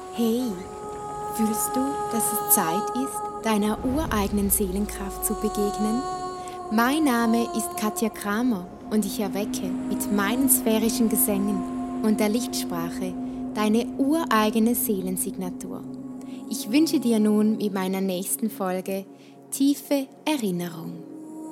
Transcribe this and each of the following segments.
Hey, fühlst du, dass es Zeit ist, deiner ureigenen Seelenkraft zu begegnen? Mein Name ist Katja Kramer und ich erwecke mit meinen sphärischen Gesängen und der Lichtsprache deine ureigene Seelensignatur. Ich wünsche dir nun mit meiner nächsten Folge tiefe Erinnerung.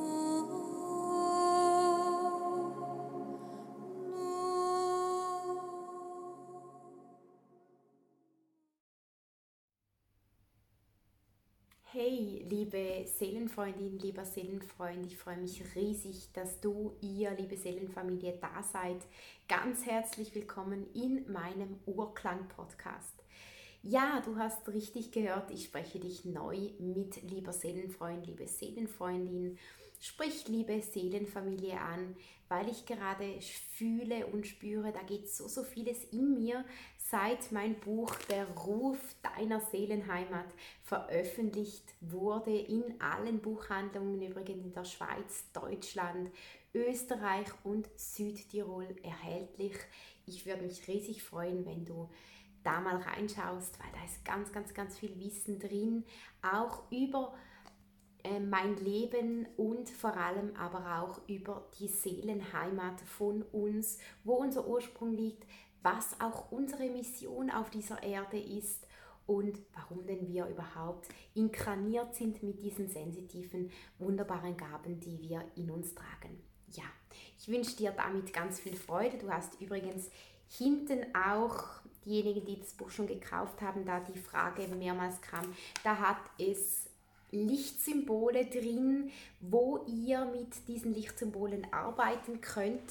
Hey, liebe Seelenfreundin, lieber Seelenfreund, ich freue mich riesig, dass ihr, liebe Seelenfamilie, da seid. Ganz herzlich willkommen in meinem Urklang-Podcast. Ja, du hast richtig gehört, ich spreche dich neu mit lieber Seelenfreund, liebe Seelenfreundin. Sprich liebe Seelenfamilie an, weil ich gerade fühle und spüre, da geht so vieles in mir, seit mein Buch Der Ruf deiner Seelenheimat veröffentlicht wurde in allen Buchhandlungen, übrigens in der Schweiz, Deutschland, Österreich und Südtirol erhältlich. Ich würde mich riesig freuen, wenn du da mal reinschaust, weil da ist ganz viel Wissen drin, auch über mein Leben und vor allem aber auch über die Seelenheimat von uns, wo unser Ursprung liegt, was auch unsere Mission auf dieser Erde ist und warum denn wir überhaupt inkarniert sind mit diesen sensitiven, wunderbaren Gaben, die wir in uns tragen. Ja, ich wünsche dir damit ganz viel Freude. Du hast übrigens hinten auch, diejenigen, die das Buch schon gekauft haben, da die Frage mehrmals kam, da hat es Lichtsymbole drin, wo ihr mit diesen Lichtsymbolen arbeiten könnt.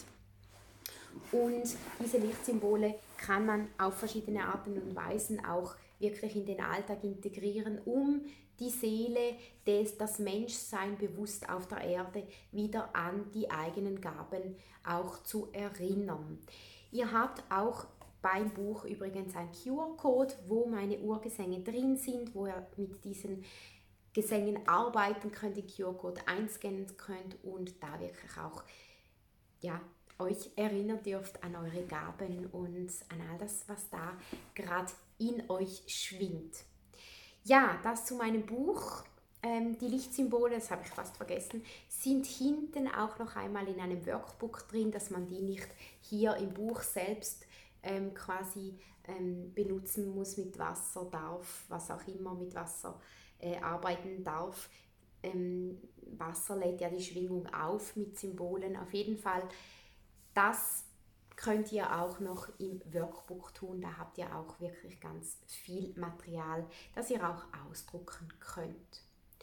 Und diese Lichtsymbole kann man auf verschiedene Arten und Weisen auch wirklich in den Alltag integrieren, um die Seele, das Menschsein bewusst auf der Erde wieder an die eigenen Gaben auch zu erinnern. Ihr habt auch beim Buch übrigens ein QR-Code, wo meine Urgesänge drin sind, wo ihr mit diesen Gesängen arbeiten könnt, den QR-Code einscannen könnt und da wirklich auch euch erinnern dürft an eure Gaben und an all das, was da gerade in euch schwingt. Ja, das zu meinem Buch. Die Lichtsymbole, das habe ich fast vergessen, sind hinten auch noch einmal in einem Workbook drin, dass man die nicht hier im Buch selbst quasi benutzen muss mit Wasser, darf, was auch immer mit Wasser arbeiten darf. Wasser lädt ja die Schwingung auf mit Symbolen. Auf jeden Fall, das könnt ihr auch noch im Workbook tun. Da habt ihr auch wirklich ganz viel Material, das ihr auch ausdrucken könnt.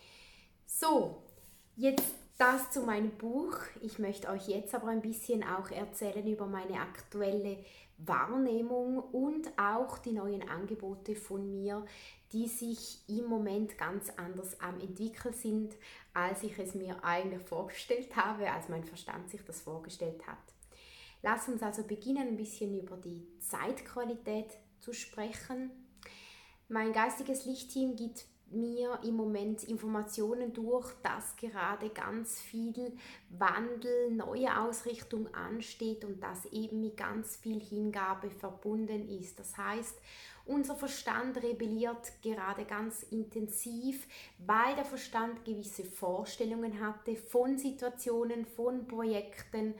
So, jetzt das zu meinem Buch. Ich möchte euch jetzt aber ein bisschen auch erzählen über meine aktuelle Wahrnehmung und auch die neuen Angebote von mir, die sich im Moment ganz anders am entwickeln sind, als ich es mir eigentlich vorgestellt habe, als mein Verstand sich das vorgestellt hat. Lass uns also beginnen, ein bisschen über die Zeitqualität zu sprechen. Mein geistiges Lichtteam gibt mir im Moment Informationen durch, dass gerade ganz viel Wandel, neue Ausrichtung ansteht und das eben mit ganz viel Hingabe verbunden ist. Das heißt, unser Verstand rebelliert gerade ganz intensiv, weil der Verstand gewisse Vorstellungen hatte von Situationen, von Projekten,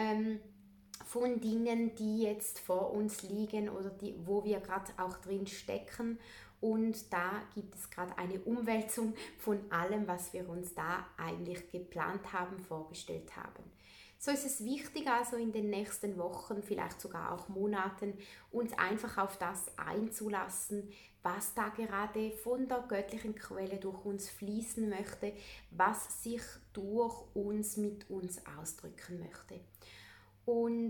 von Dingen, die jetzt vor uns liegen oder wo wir gerade auch drin stecken. Und da gibt es gerade eine Umwälzung von allem, was wir uns da eigentlich geplant haben, vorgestellt haben. So ist es wichtig, also in den nächsten Wochen, vielleicht sogar auch Monaten, uns einfach auf das einzulassen, was da gerade von der göttlichen Quelle durch uns fließen möchte, was sich durch uns mit uns ausdrücken möchte. Und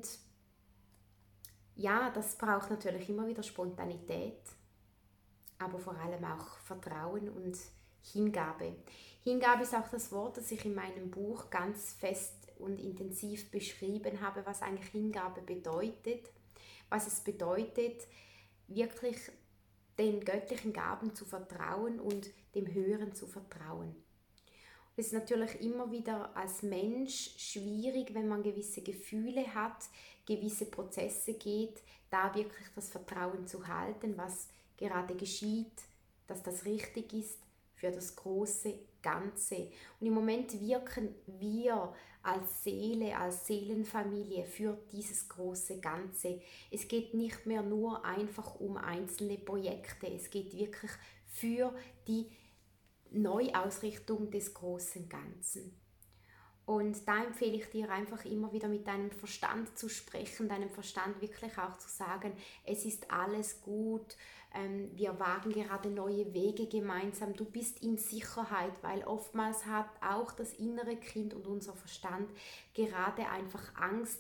ja, das braucht natürlich immer wieder Spontanität, aber vor allem auch Vertrauen und Hingabe. Hingabe ist auch das Wort, das ich in meinem Buch ganz fest und intensiv beschrieben habe, was eigentlich Hingabe bedeutet. Was es bedeutet, wirklich den göttlichen Gaben zu vertrauen und dem Höheren zu vertrauen. Es ist natürlich immer wieder als Mensch schwierig, wenn man gewisse Gefühle hat, gewisse Prozesse geht, da wirklich das Vertrauen zu halten, was gerade geschieht, dass das richtig ist für das große Ganze. Und im Moment wirken wir als Seele, als Seelenfamilie für dieses große Ganze. Es geht nicht mehr nur einfach um einzelne Projekte, es geht wirklich für die Neuausrichtung des großen Ganzen. Und da empfehle ich dir einfach immer wieder mit deinem Verstand zu sprechen, deinem Verstand wirklich auch zu sagen, es ist alles gut, wir wagen gerade neue Wege gemeinsam, du bist in Sicherheit, weil oftmals hat auch das innere Kind und unser Verstand gerade einfach Angst,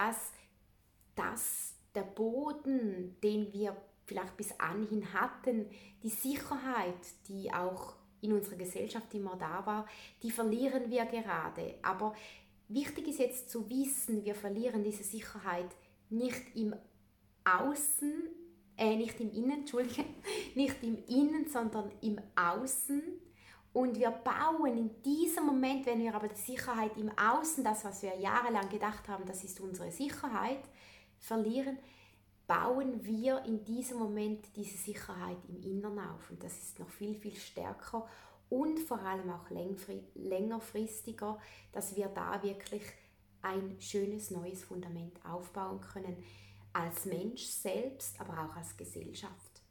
dass der Boden, den wir vielleicht bis anhin hatten, die Sicherheit, die auch in unserer Gesellschaft immer da war, die verlieren wir gerade. Aber wichtig ist jetzt zu wissen, wir verlieren diese Sicherheit nicht im Außen, nicht im Innen, Entschuldige, nicht im Innen, sondern im Außen. Und wir bauen in diesem Moment, wenn wir aber die Sicherheit im Außen, das, was wir jahrelang gedacht haben, das ist unsere Sicherheit, verlieren, bauen wir in diesem Moment diese Sicherheit im Inneren auf. Und das ist noch viel, viel stärker und vor allem auch längerfristiger, dass wir da wirklich ein schönes neues Fundament aufbauen können, als Mensch selbst, aber auch als Gesellschaft.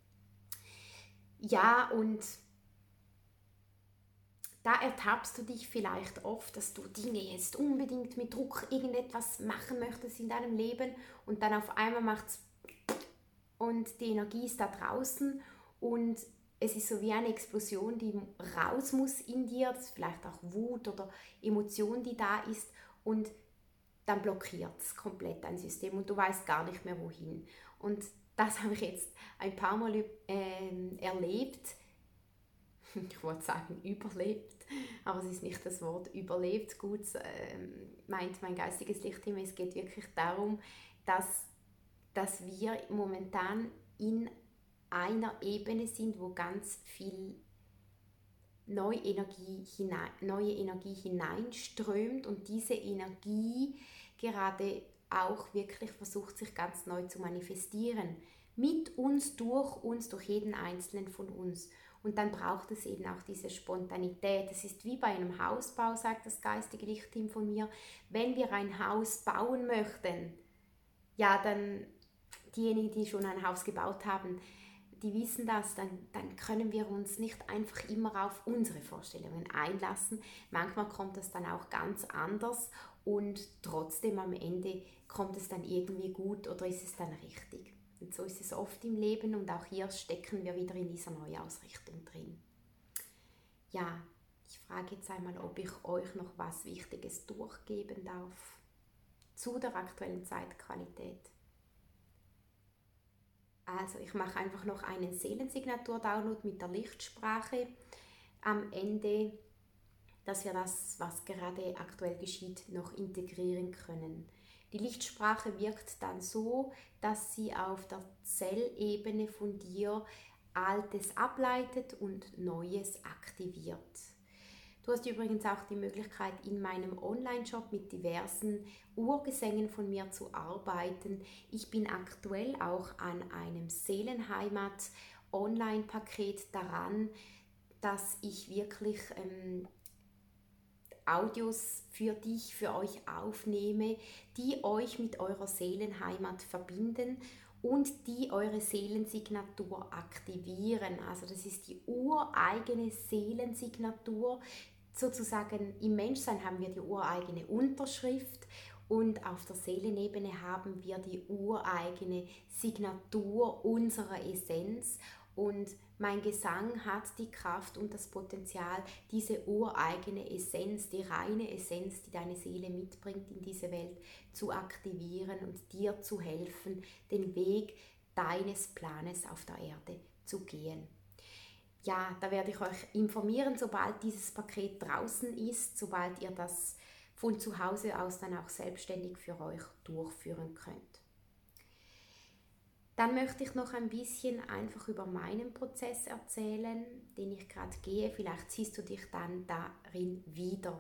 Ja, und da ertappst du dich vielleicht oft, dass du Dinge jetzt unbedingt mit Druck irgendetwas machen möchtest in deinem Leben und dann auf einmal macht es und die Energie ist da draußen und es ist so wie eine Explosion, die raus muss in dir, das ist vielleicht auch Wut oder Emotion, die da ist und dann blockiert es komplett dein System und du weißt gar nicht mehr wohin. Und das habe ich jetzt ein paar Mal erlebt. Ich wollte sagen überlebt, aber es ist nicht das Wort überlebt. Gut, meint mein geistiges Lichtteam, es geht wirklich darum, dass wir momentan in einer Ebene sind, wo ganz viel neue Energie hineinströmt und diese Energie gerade auch wirklich versucht, sich ganz neu zu manifestieren. Mit uns, durch jeden Einzelnen von uns. Und dann braucht es eben auch diese Spontanität. Es ist wie bei einem Hausbau, sagt das geistige Lichtteam von mir. Wenn wir ein Haus bauen möchten, ja, dann diejenigen, die schon ein Haus gebaut haben, die wissen das, dann können wir uns nicht einfach immer auf unsere Vorstellungen einlassen. Manchmal kommt das dann auch ganz anders und trotzdem am Ende kommt es dann irgendwie gut oder ist es dann richtig. Und so ist es oft im Leben und auch hier stecken wir wieder in dieser Neuausrichtung drin. Ja, ich frage jetzt einmal, ob ich euch noch was Wichtiges durchgeben darf zu der aktuellen Zeitqualität. Also ich mache einfach noch einen Seelensignatur-Download mit der Lichtsprache am Ende, dass wir das, was gerade aktuell geschieht, noch integrieren können. Die Lichtsprache wirkt dann so, dass sie auf der Zellebene von dir Altes ableitet und Neues aktiviert. Du hast übrigens auch die Möglichkeit, in meinem Online-Shop mit diversen Urgesängen von mir zu arbeiten. Ich bin aktuell auch an einem Seelenheimat-Online-Paket daran, dass ich wirklich Audios für dich, für euch aufnehme, die euch mit eurer Seelenheimat verbinden und die eure Seelensignatur aktivieren. Also das ist die ureigene Seelensignatur. Sozusagen im Menschsein haben wir die ureigene Unterschrift und auf der Seelenebene haben wir die ureigene Signatur unserer Essenz. Und mein Gesang hat die Kraft und das Potenzial, diese ureigene Essenz, die reine Essenz, die deine Seele mitbringt in diese Welt, zu aktivieren und dir zu helfen, den Weg deines Planes auf der Erde zu gehen. Ja, da werde ich euch informieren, sobald dieses Paket draußen ist, sobald ihr das von zu Hause aus dann auch selbstständig für euch durchführen könnt. Dann möchte ich noch ein bisschen einfach über meinen Prozess erzählen, den ich gerade gehe. Vielleicht siehst du dich dann darin wieder.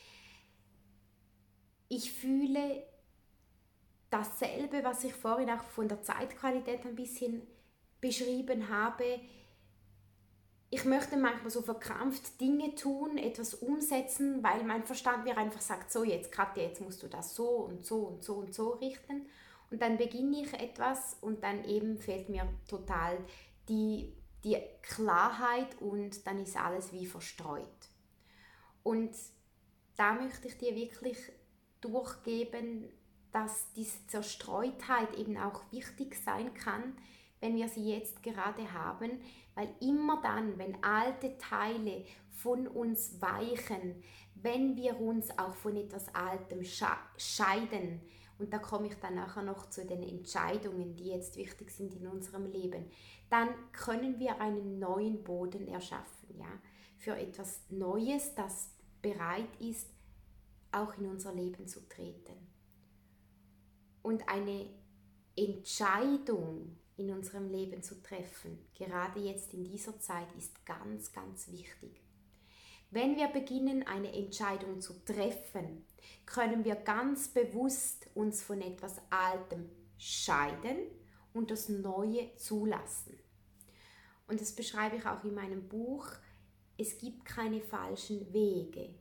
Ich fühle dasselbe, was ich vorhin auch von der Zeitqualität ein bisschen beschrieben habe, ich möchte manchmal so verkrampft Dinge tun, etwas umsetzen, weil mein Verstand mir einfach sagt, so jetzt Katja, jetzt musst du das so und so und so und so richten. Und dann beginne ich etwas und dann eben fehlt mir total die Klarheit und dann ist alles wie verstreut. Und da möchte ich dir wirklich durchgeben, dass diese Zerstreutheit eben auch wichtig sein kann, wenn wir sie jetzt gerade haben, weil immer dann, wenn alte Teile von uns weichen, wenn wir uns auch von etwas Altem scheiden, und da komme ich dann nachher noch zu den Entscheidungen, die jetzt wichtig sind in unserem Leben, dann können wir einen neuen Boden erschaffen, ja, für etwas Neues, das bereit ist, auch in unser Leben zu treten. Und eine Entscheidung in unserem Leben zu treffen, gerade jetzt in dieser Zeit, ist ganz, ganz wichtig. Wenn wir beginnen, eine Entscheidung zu treffen, können wir ganz bewusst uns von etwas Altem scheiden und das Neue zulassen. Und das beschreibe ich auch in meinem Buch. Es gibt keine falschen Wege.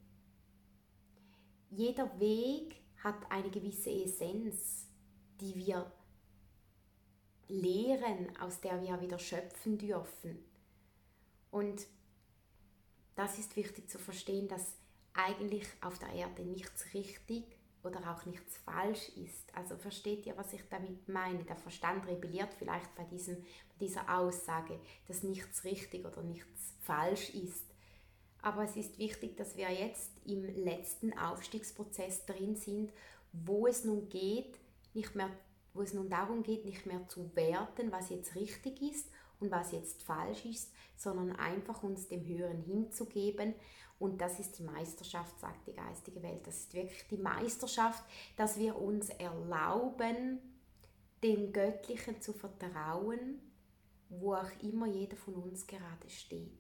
Jeder Weg hat eine gewisse Essenz, die wir lehren, aus der wir wieder schöpfen dürfen. Und das ist wichtig zu verstehen, dass eigentlich auf der Erde nichts richtig oder auch nichts falsch ist. Also versteht ihr, was ich damit meine? Der Verstand rebelliert vielleicht bei dieser Aussage, dass nichts richtig oder nichts falsch ist. Aber es ist wichtig, dass wir jetzt im letzten Aufstiegsprozess drin sind, wo es nun darum geht, nicht mehr zu werten, was jetzt richtig ist und was jetzt falsch ist, sondern einfach uns dem Höheren hinzugeben. Und das ist die Meisterschaft, sagt die geistige Welt. Das ist wirklich die Meisterschaft, dass wir uns erlauben, dem Göttlichen zu vertrauen, wo auch immer jeder von uns gerade steht.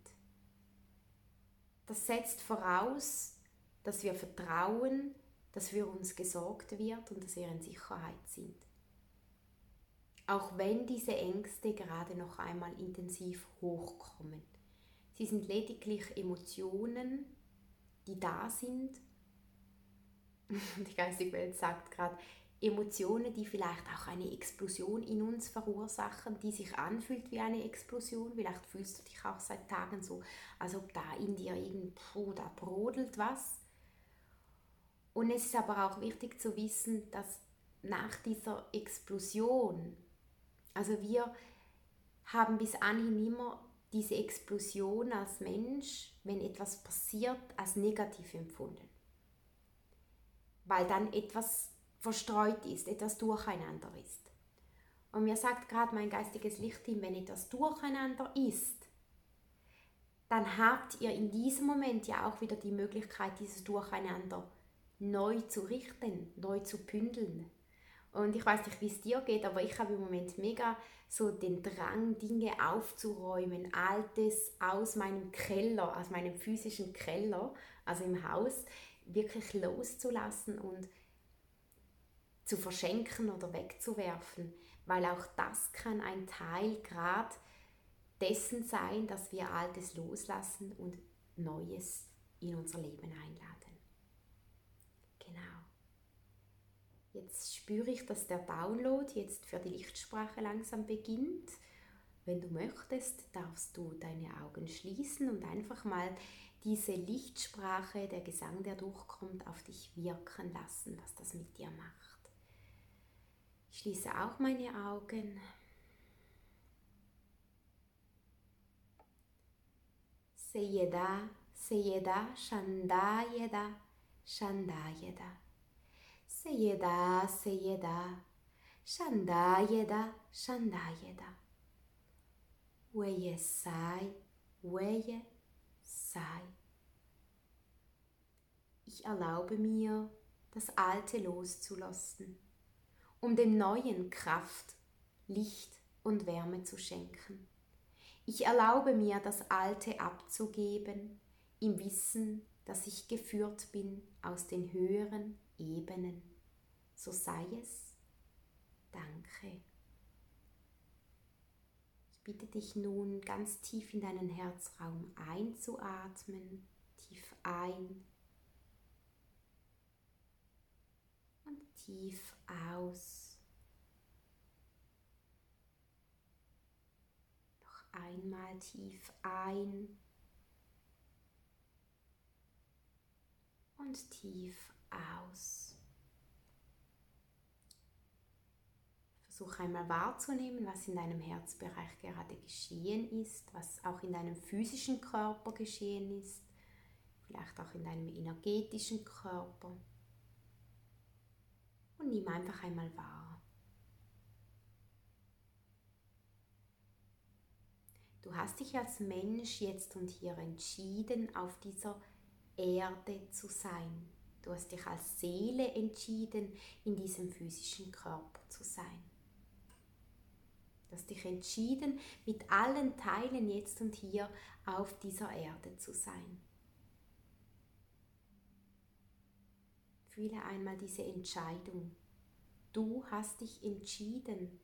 Das setzt voraus, dass wir vertrauen, dass für uns gesorgt wird und dass wir in Sicherheit sind. Auch wenn diese Ängste gerade noch einmal intensiv hochkommen. Sie sind lediglich Emotionen, die da sind. Die geistige Welt sagt gerade, Emotionen, die vielleicht auch eine Explosion in uns verursachen, die sich anfühlt wie eine Explosion. Vielleicht fühlst du dich auch seit Tagen so, als ob da in dir da brodelt was. Und es ist aber auch wichtig zu wissen, dass nach dieser Explosion, also wir haben bis anhin immer diese Explosion als Mensch, wenn etwas passiert, als negativ empfunden. Weil dann etwas verstreut ist, etwas durcheinander ist. Und mir sagt gerade mein geistiges Lichtteam, wenn etwas durcheinander ist, dann habt ihr in diesem Moment ja auch wieder die Möglichkeit, dieses Durcheinander neu zu richten, neu zu bündeln. Und ich weiß nicht, wie es dir geht, aber ich habe im Moment mega so den Drang, Dinge aufzuräumen, Altes aus meinem Keller, aus meinem physischen Keller, also im Haus, wirklich loszulassen und zu verschenken oder wegzuwerfen, weil auch das kann ein Teil gerade dessen sein, dass wir Altes loslassen und Neues in unser Leben einladen. Genau. Jetzt spüre ich, dass der Download jetzt für die Lichtsprache langsam beginnt. Wenn du möchtest, darfst du deine Augen schließen und einfach mal diese Lichtsprache, der Gesang, der durchkommt, auf dich wirken lassen, was das mit dir macht. Ich schließe auch meine Augen. Seyeda, Seyeda, Shandayeda, Shandayeda. Seyeda, Seyeda, Shandayeda, Shandayeda. Weye Sai, Weye Sai. Ich erlaube mir, das Alte loszulassen, um dem Neuen Kraft, Licht und Wärme zu schenken. Ich erlaube mir, das Alte abzugeben, im Wissen, dass ich geführt bin aus den höheren Ebenen. So sei es. Danke. Bitte dich nun ganz tief in deinen Herzraum einzuatmen, tief ein und tief aus. Noch einmal tief ein und tief aus. Versuch einmal wahrzunehmen, was in deinem Herzbereich gerade geschehen ist, was auch in deinem physischen Körper geschehen ist, vielleicht auch in deinem energetischen Körper. Und nimm einfach einmal wahr. Du hast dich als Mensch jetzt und hier entschieden, auf dieser Erde zu sein. Du hast dich als Seele entschieden, in diesem physischen Körper zu sein. Du hast dich entschieden, mit allen Teilen jetzt und hier auf dieser Erde zu sein. Fühle einmal diese Entscheidung. Du hast dich entschieden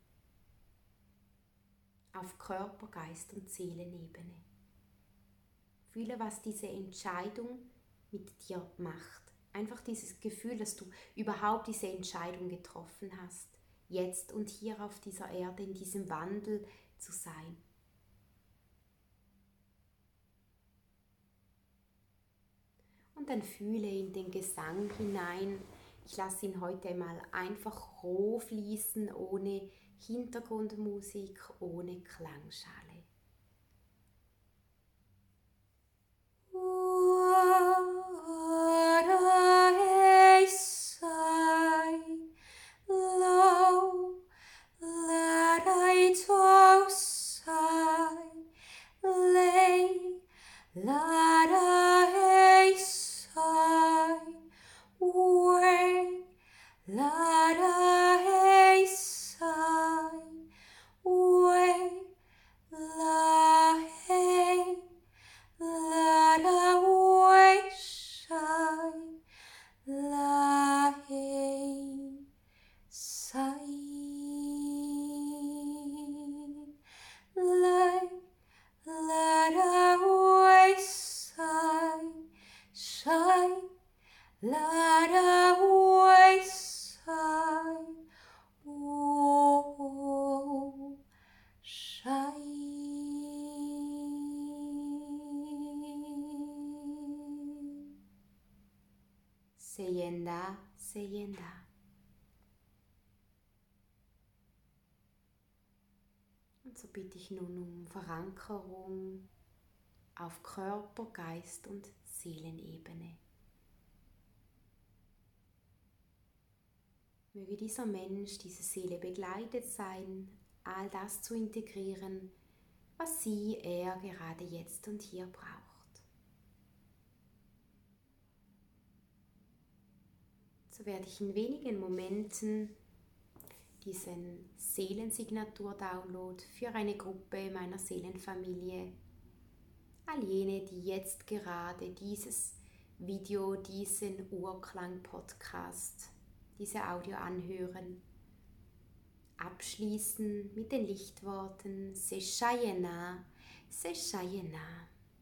auf Körper, Geist und Seelenebene. Fühle, was diese Entscheidung mit dir macht. Einfach dieses Gefühl, dass du überhaupt diese Entscheidung getroffen hast, jetzt und hier auf dieser Erde in diesem Wandel zu sein. Und dann fühle in den Gesang hinein. Ich lasse ihn heute mal einfach roh fließen, ohne Hintergrundmusik, ohne Klangschale. Seyenda, Seyenda. Und so bitte ich nun um Verankerung auf Körper, Geist und Seelenebene. Möge dieser Mensch, diese Seele begleitet sein, all das zu integrieren, was er gerade jetzt und hier braucht. So werde ich in wenigen Momenten diesen Seelensignatur-Download für eine Gruppe meiner Seelenfamilie, all jene, die jetzt gerade dieses Video, diesen Urklang-Podcast, diese Audio anhören, abschließen mit den Lichtworten Seshayena, Seshayena.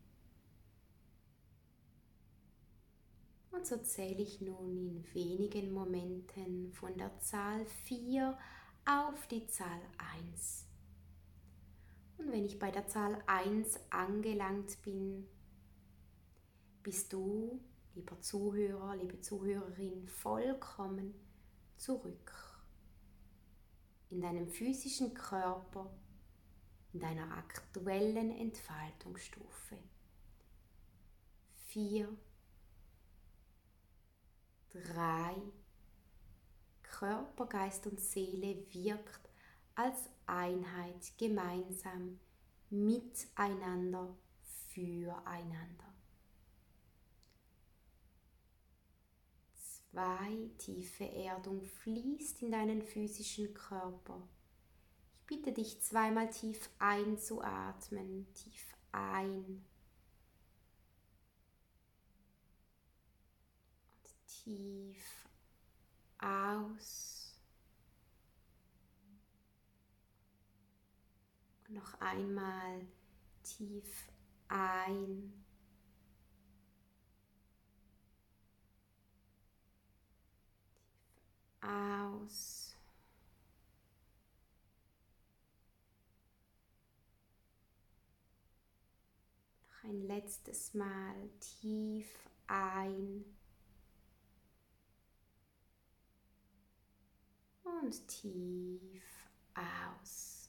Und so zähle ich nun in wenigen Momenten von der Zahl 4 auf die Zahl 1. Und wenn ich bei der Zahl 1 angelangt bin, bist du, lieber Zuhörer, liebe Zuhörerin, vollkommen zurück in deinem physischen Körper, in deiner aktuellen Entfaltungsstufe. 4, 3, Körper, Geist und Seele wirkt als Einheit gemeinsam miteinander, füreinander. 2, tiefe Erdung fließt in deinen physischen Körper. Ich bitte dich zweimal tief einzuatmen, tief ein und tief aus Noch einmal tief ein. Aus. Noch ein letztes Mal tief ein und tief aus.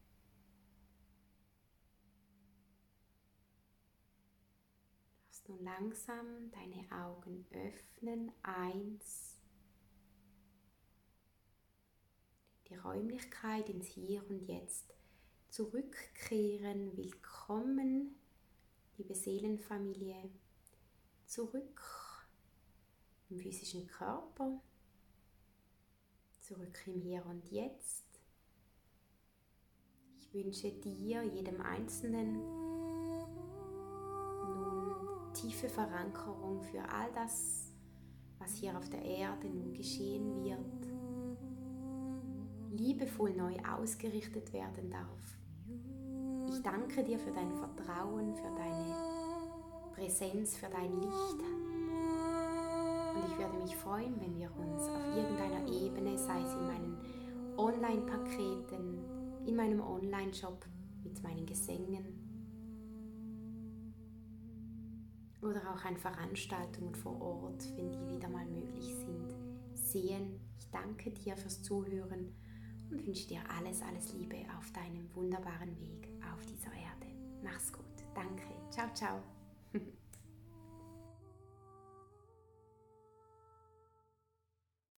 Du darfst nun langsam deine Augen öffnen. 1. Die Räumlichkeit ins Hier und Jetzt zurückkehren. Willkommen, liebe Seelenfamilie, zurück im physischen Körper, zurück im Hier und Jetzt. Ich wünsche dir, jedem Einzelnen, nun tiefe Verankerung für all das, was hier auf der Erde nun geschehen wird, liebevoll neu ausgerichtet werden darf. Ich danke dir für dein Vertrauen, für deine Präsenz, für dein Licht. Und ich würde mich freuen, wenn wir uns auf irgendeiner Ebene, sei es in meinen Online-Paketen, in meinem Online-Shop mit meinen Gesängen oder auch an Veranstaltungen vor Ort, wenn die wieder mal möglich sind, sehen. Ich danke dir fürs Zuhören und wünsche dir alles, alles Liebe auf deinem wunderbaren Weg auf dieser Erde. Mach's gut. Danke. Ciao, ciao.